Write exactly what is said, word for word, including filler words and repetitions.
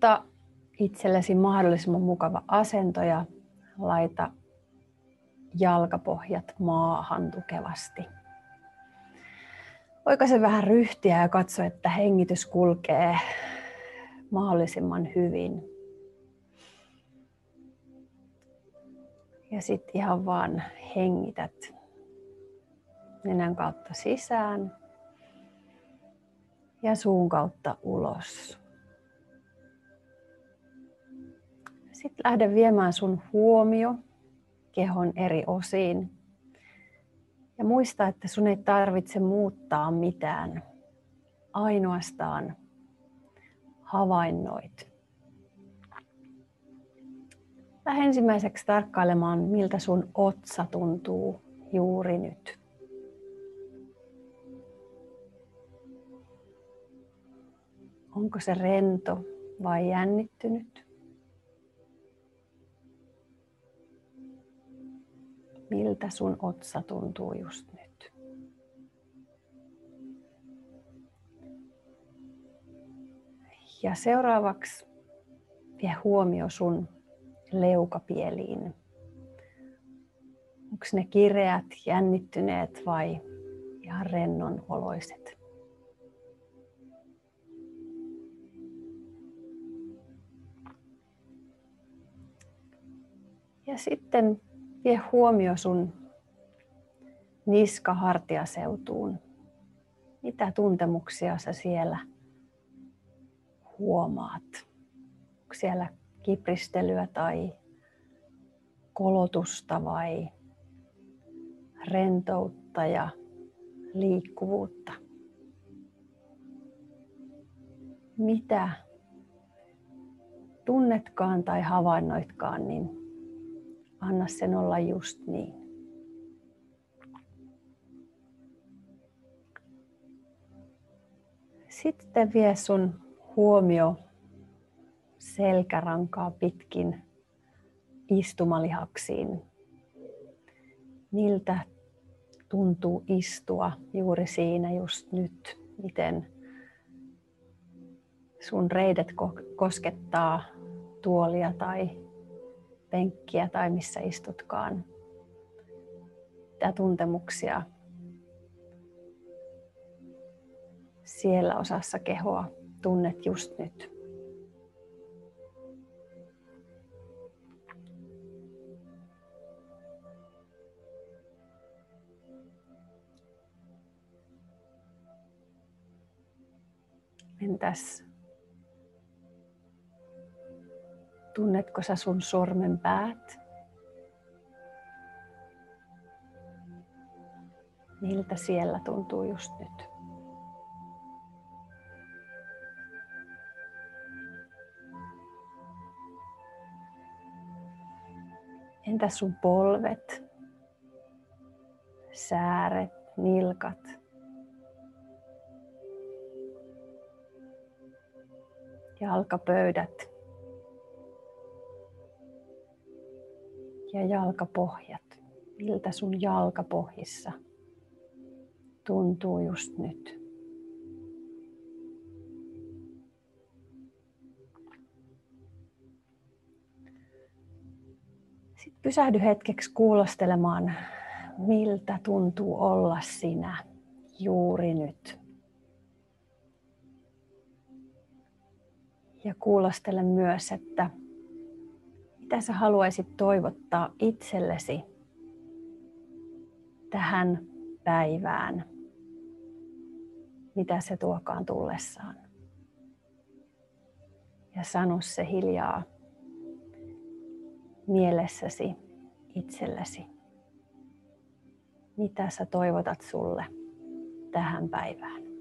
Ota itsellesi mahdollisimman mukava asento ja laita jalkapohjat maahan tukevasti. Oikaise vähän ryhtiä ja katso, että hengitys kulkee mahdollisimman hyvin. Ja sitten ihan vaan hengität nenän kautta sisään ja suun kautta ulos. Sitten lähde viemään sun huomio kehon eri osiin. Ja muista, että sun ei tarvitse muuttaa mitään. Ainoastaan havainnoit. Lähde ensimmäiseksi tarkkailemaan, miltä sun otsa tuntuu juuri nyt. Onko se rento vai jännittynyt? Miltä sun otsa tuntuu just nyt? Ja seuraavaksi vie huomio sun leukapieliin. Onko ne kireät, jännittyneet vai ihan rennon oloiset? Ja sitten vie huomio sun niska-hartiaseutuun. Mitä tuntemuksia sä siellä huomaat? Onko siellä kipristelyä tai kolotusta vai rentoutta ja liikkuvuutta? Mitä tunnetkaan tai havainnoitkaan, niin anna sen olla just niin. Sitten vie sun huomio selkärankaa pitkin istumalihaksiin. Miltä tuntuu istua juuri siinä just nyt? Miten sun reidet koskettaa tuolia tai penkkiä tai missä istutkaan? Mitä tuntemuksia siellä osassa kehoa tunnet just nyt? Entäs tunnetko sä sun sormenpäät? Miltä siellä tuntuu just nyt? Entäs sun polvet, sääret, nilkat? Jalkapöydät ja jalkapohjat. Miltä sun jalkapohjissa tuntuu just nyt? Sitten pysähdy hetkeksi kuulostelemaan, miltä tuntuu olla sinä juuri nyt. Ja kuulostele myös, että mitä sä haluaisit toivottaa itsellesi tähän päivään. Mitä se tuokaan tullessaan. Ja sano se hiljaa mielessäsi itsellesi. Mitä sä toivotat sulle tähän päivään.